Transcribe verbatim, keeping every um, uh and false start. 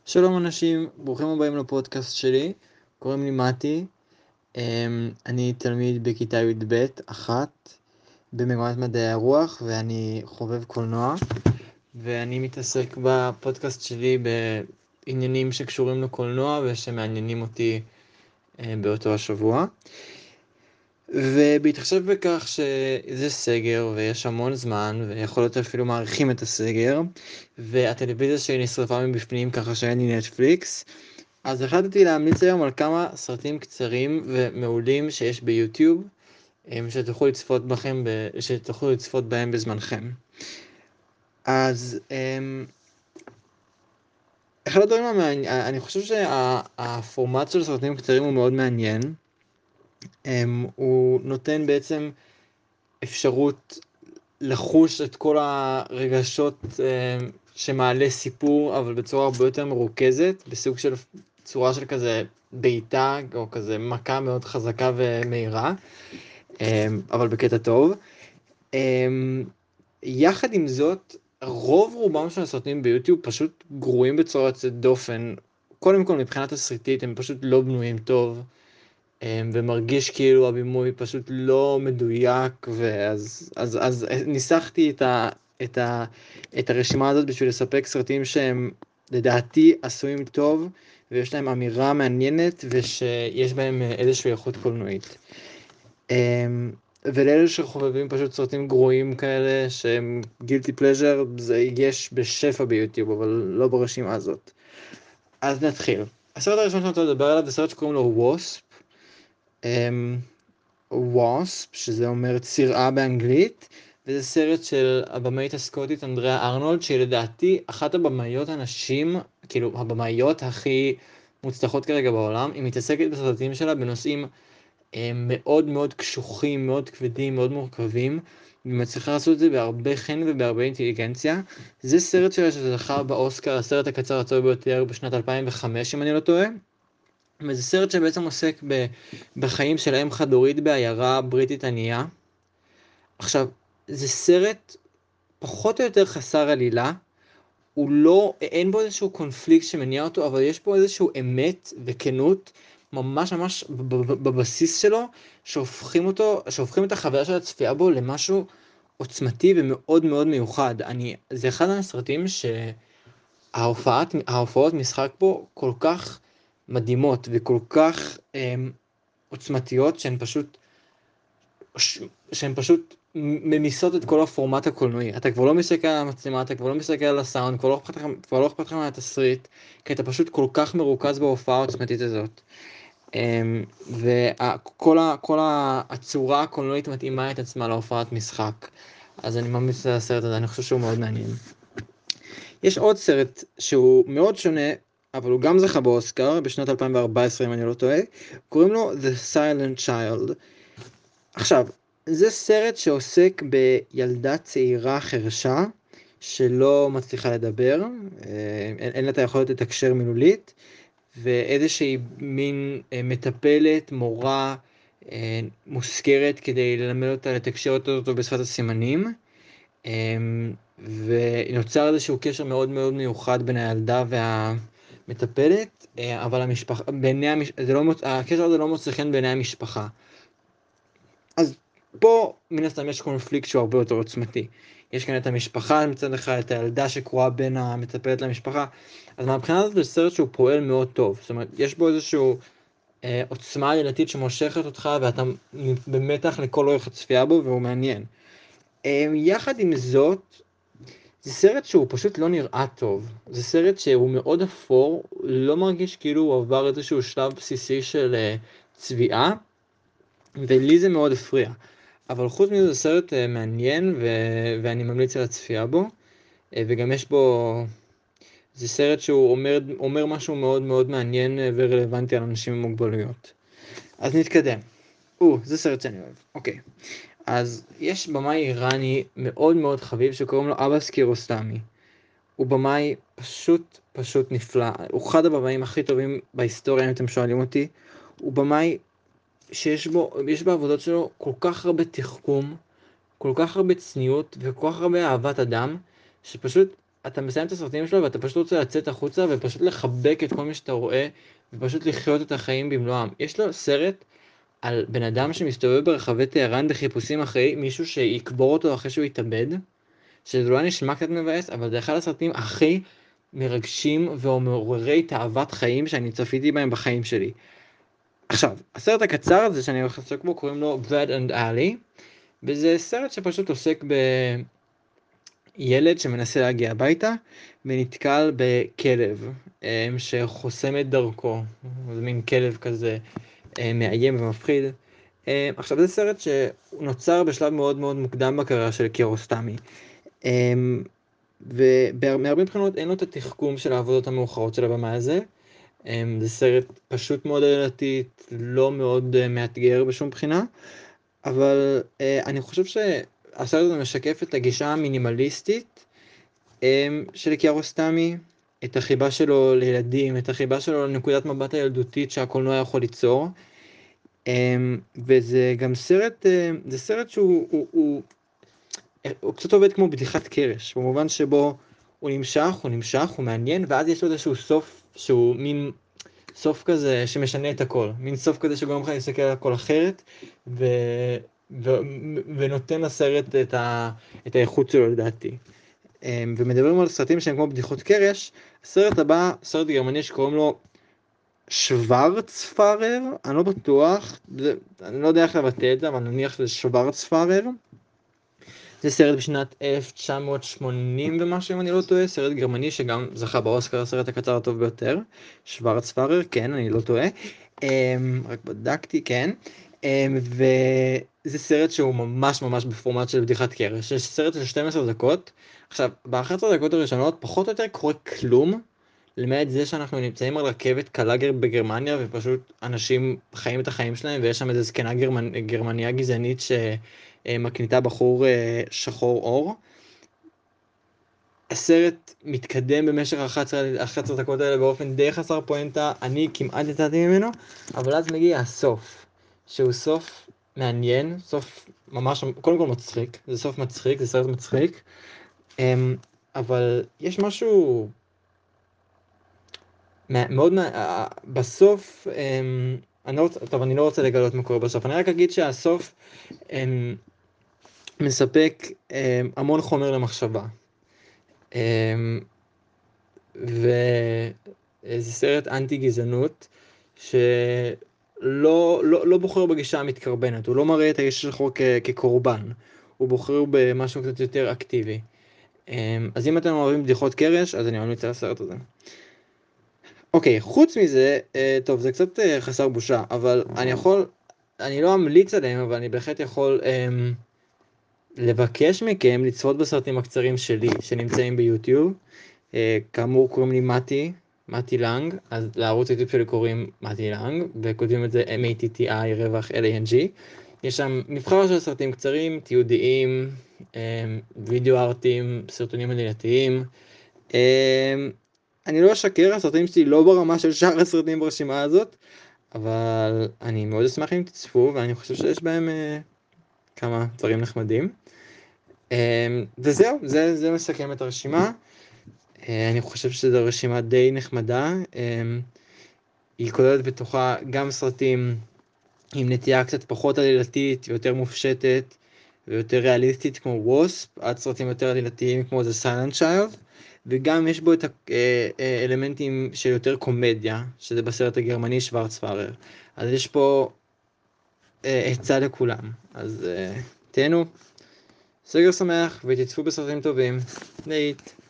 שלום אנשים, ברוכים הבאים לפודקאסט שלי, קוראים לי מתי, אמ, אני תלמיד בכיתה י"ב אחת במגמת מדעי הרוח ואני חובב קולנוע ואני מתעסק בפודקאסט שלי בעניינים שקשורים לקולנוע ושמעניינים אותי אה, באותו השבוע. ובהתחשב בכך שזה סגר ויש המון זמן ויכול להיות אפילו מעריכים את הסגר והטלוויזיה שלי נשרפה מבפנים ככה שאין לי נטפליקס, אז החלטתי להמליץ היום על כמה סרטים קצרים ומעולים שיש ביוטיוב שתוכלו לצפות בכם, שתוכלו לצפות בהם בזמנכם. אז אחד הדברים המעניינים, אני חושב שהפורמט של סרטים קצרים הוא מאוד מעניין. הוא נותן בעצם אפשרות לחוש את כל הרגשות שמעלה סיפור, אבל בצורה הרבה יותר מרוכזת, בסוג של צורה של כזה בעיטה או כזה מכה מאוד חזקה ומהירה, אבל בקטע טוב. יחד עם זאת, רוב רובם של הסרטים ביוטיוב פשוט גרועים בצורה יוצאת דופן. קודם כל מבחינת הסרטית הם פשוט לא בנויים טוב, ומרגיש כאילו הבימוי פשוט לא מדויק, ואז אז, אז ניסחתי את, ה, את, ה, את הרשימה הזאת בשביל לספק סרטים שהם לדעתי עשויים טוב, ויש להם אמירה מעניינת, ושיש בהם איזושהי איכות קולנועית. ולאלה שחובבים פשוט סרטים גרועים כאלה, שהם גילטי פלז'ר, זה יש בשפע ביוטיוב, אבל לא ברשימה הזאת. אז נתחיל. הסרט הראשון שאני רוצה לדבר עליו זה סרט שקוראים לו ווספ, ווספ, שזה אומר צירעה באנגלית, וזה סרט של הבמאית הסקוטית אנדריאה ארנולד, שהיא לדעתי אחת הבמאיות הנשים, כאילו הבמאיות הכי מוצלחות כרגע בעולם. היא מתעסקת בסרטים שלה בנושאים מאוד מאוד קשוחים, מאוד כבדים, מאוד מורכבים, ומצליחה לעשות את זה בהרבה חן ובהרבה אינטליגנציה. זה סרט שלה שזכה באוסקר, הסרט הקצר הטוב ביותר בשנת אלפיים וחמש, אם אני לא טועה. וזה סרט שבעצם עוסק ב, בחיים של אם חד-הורית בעיירה בריטית ענייה. עכשיו, זה סרט פחות או יותר חסר עלילה, הוא לא, אין בו איזשהו קונפליקט שמניע אותו, אבל יש פה איזשהו אמת וכנות, ממש ממש בבסיס שלו, שהופכים אותו, שהופכים את החוויה של הצפייה בו למשהו עוצמתי ומאוד מאוד מיוחד. אני, זה אחד מהסרטים שההופעת, ההופעות משחק בו כל כך מדהימות וכל כך הם, עוצמתיות שהן פשוט, שהן פשוט ממיסות את כל הפורמט הקולנועי. אתה כבר לא מסתכל על המצלמה, אתה כבר לא מסתכל על הסאונד, כבר לא אכפת לכם, כבר לא אכפת לכם על התסריט, כי אתה פשוט כל כך מרוכז בהופעה העוצמתית הזאת. וכל כל הצורה הקולנועית מתאימה את עצמה להופעת משחק. אז אני ממליץ על הסרט הזה, אני חושב שהוא מאוד מעניין. יש עוד סרט שהוא מאוד שונה, אבל הוא גם זכה באוסקר בשנת אלפיים וארבע עשרה אם אני לא טועה, קוראים לו The Silent Child. עכשיו, זה סרט שעוסק בילדה צעירה חרשה שלא מצליחה לדבר, אין, אין לה את היכולת לתקשר מילולית, ואיזושהי מין מטפלת, מורה מושכרת כדי ללמד אותה לתקשר אותו בשפת הסימנים, ונוצר איזשהו קשר מאוד מאוד מיוחד בין הילדה והמטפלת, אבל המשפחה, בעיני המש... זה לא, הקשר הזה לא מוצא חן בעיני המשפחה. אז פה מן הסתם יש קונפליקט שהוא הרבה יותר עוצמתי. יש כאן את המשפחה מצד אחד, את הילדה שקרואה בין המטפלת למשפחה. אז מהבחינה הזאת זה סרט שהוא פועל מאוד טוב. זאת אומרת, יש בו איזשהו אה, עוצמה עלילתית שמושכת אותך, ואתה במתח לכל אורך הצפייה בו, והוא מעניין. אה, יחד עם זאת, זה סרט שהוא פשוט לא נראה טוב. זה סרט שהוא מאוד אפור, לא מרגיש כאילו הוא עבר איזשהו שלב בסיסי של אה, צביעה, ולי זה מאוד הפריע. אבל חוץ מזה זה סרט uh, מעניין, ו- ואני ממליץ על הצפייה בו, uh, וגם יש בו, זה סרט שהוא אומר, אומר משהו מאוד מאוד מעניין uh, ורלוונטי על אנשים עם מוגבלויות. אז נתקדם. או, זה סרט שאני אוהב. אוקיי. אז יש במאי איראני מאוד מאוד חביב שקוראים לו אבאס קירוסלמי. הוא במאי פשוט פשוט נפלא. הוא אחד הבמאים הכי טובים בהיסטוריה, אם אתם שואלים אותי. הוא במאי שיש בו, יש בעבודות שלו כל כך הרבה תחכום, כל כך הרבה צניעות וכל כך הרבה אהבת אדם, שפשוט אתה מסיים את הסרטים שלו ואתה פשוט רוצה לצאת החוצה ופשוט לחבק את כל מי שאתה רואה ופשוט לחיות את החיים במלואם. יש לו סרט על בן אדם שמסתובב ברחבי טהרן בחיפושים אחרי מישהו שיקבור אותו אחרי שהוא יתאבד, שזה אולי נשמע קצת מבאס, אבל זה אחד הסרטים הכי מרגשים ומעוררי תאוות חיים שאני צפיתי בהם בחיים שלי. עכשיו, הסרט הקצר הזה שאני הולך לעסוק בו קוראים לו Brad and Ali, וזה סרט שפשוט עוסק בילד שמנסה להגיע הביתה ונתקל בכלב שחוסם את דרכו, זה מין כלב כזה מאיים ומפחיד. עכשיו זה סרט שנוצר בשלב מאוד מאוד מוקדם בקריירה של קיארוסטמי, ומהרבה מבחינות אין לו את התחכום של העבודות המאוחרות של הבמה הזה. זה סרט פשוט מאוד עלילתית, לא מאוד מאתגר בשום בחינה, אבל אני חושב שהסרט הזה משקף את הגישה המינימליסטית של קיארוסטמי, את החיבה שלו לילדים, את החיבה שלו לנקודת מבט הילדותית שהקולנוע יכול ליצור. וזה גם סרט, זה סרט שהוא הוא, הוא, הוא קצת עובד כמו בדיחת קרש, במובן שבו הוא נמשך, הוא נמשך, הוא מעניין, ואז יש לו איזשהו סוף שהוא מין סוף כזה שמשנה את הכל, מין סוף כזה שגורם לך להסתכל על הכל אחרת, ו... ו... ונותן לסרט את, ה... את האיכות שלו לדעתי. ומדברים על סרטים שהם כמו בדיחות קרש, הסרט הבא, סרט גרמני שקוראים לו שוורצפארר, אני לא בטוח, זה... אני לא יודע איך לבטא את זה, אבל נניח שזה שוורצפארר. זה סרט בשנת אלף תשע מאות שמונים ומשהו אם אני לא טועה, סרט גרמני שגם זכה באוסקר הסרט הקצר הטוב ביותר, שוורצפארר, כן, אני לא טועה, רק בדקתי, כן, וזה סרט שהוא ממש ממש בפורמט של בדיחת קרש, יש סרט של שתים עשרה דקות, עכשיו, ב-אחת עשרה דקות הראשונות פחות או יותר קורה כלום, למעט זה שאנחנו נמצאים על רכבת קלה בגרמניה ופשוט אנשים חיים את החיים שלהם, ויש שם איזו זקנה גרמנ... גרמניה גזענית שמקניטה בחור שחור אור. הסרט מתקדם במשך אחת עשרה דקות האלה באופן די חסר פואנטה, אני כמעט יצאתי ממנו, אבל אז מגיע הסוף, שהוא סוף מעניין, סוף ממש, קודם כל מצחיק, זה סוף מצחיק, זה סרט מצחיק, אבל יש משהו מאוד, בסוף, אני לא, טוב, אני לא רוצה לגלות מה קורה בסוף, אני רק אגיד שהסוף מספק המון חומר למחשבה. וזה סרט אנטי גזענות שלא לא, לא בוחר בגישה המתקרבנת, הוא לא מראה את האיש השחור כקורבן, הוא בוחר במשהו קצת יותר אקטיבי. אז אם אתם אוהבים בדיחות קרש, אז אני ממליץ על הסרט הזה. אוקיי, חוץ מזה, טוב, זה קצת חסר בושה, אבל אני יכול, אני לא אמליץ עליהם, אבל אני בהחלט יכול לבקש מכם לצפות בסרטים הקצרים שלי, שנמצאים ביוטיוב. כאמור קוראים לי מתי, מתי לנג, אז לערוץ היוטיוב שלי קוראים מתי לנג, וכותבים את זה M A T T I רווח L A N G. יש שם מבחר של סרטים קצרים, תיעודיים, וידאו ארטים, סרטונים עלילתיים. אני לא אשקר, הסרטים שלי לא ברמה של שאר הסרטים ברשימה הזאת, אבל אני מאוד אשמח אם תצפו, ואני חושב שיש בהם כמה דברים נחמדים. וזהו, זה, זה מסכם את הרשימה. אני חושב שזו רשימה די נחמדה, היא כוללת בתוכה גם סרטים עם נטייה קצת פחות עלילתית ויותר מופשטת ויותר ריאליסטית כמו ווספ, עד סרטים יותר עלילתיים כמו The Silent Child, וגם יש בו את האלמנטים של יותר קומדיה, שזה בסרט הגרמני שוורצפארר. אז יש פה עצה לכולם, אז תהנו, סגר שמח ותצפו בסרטים טובים, להתראות.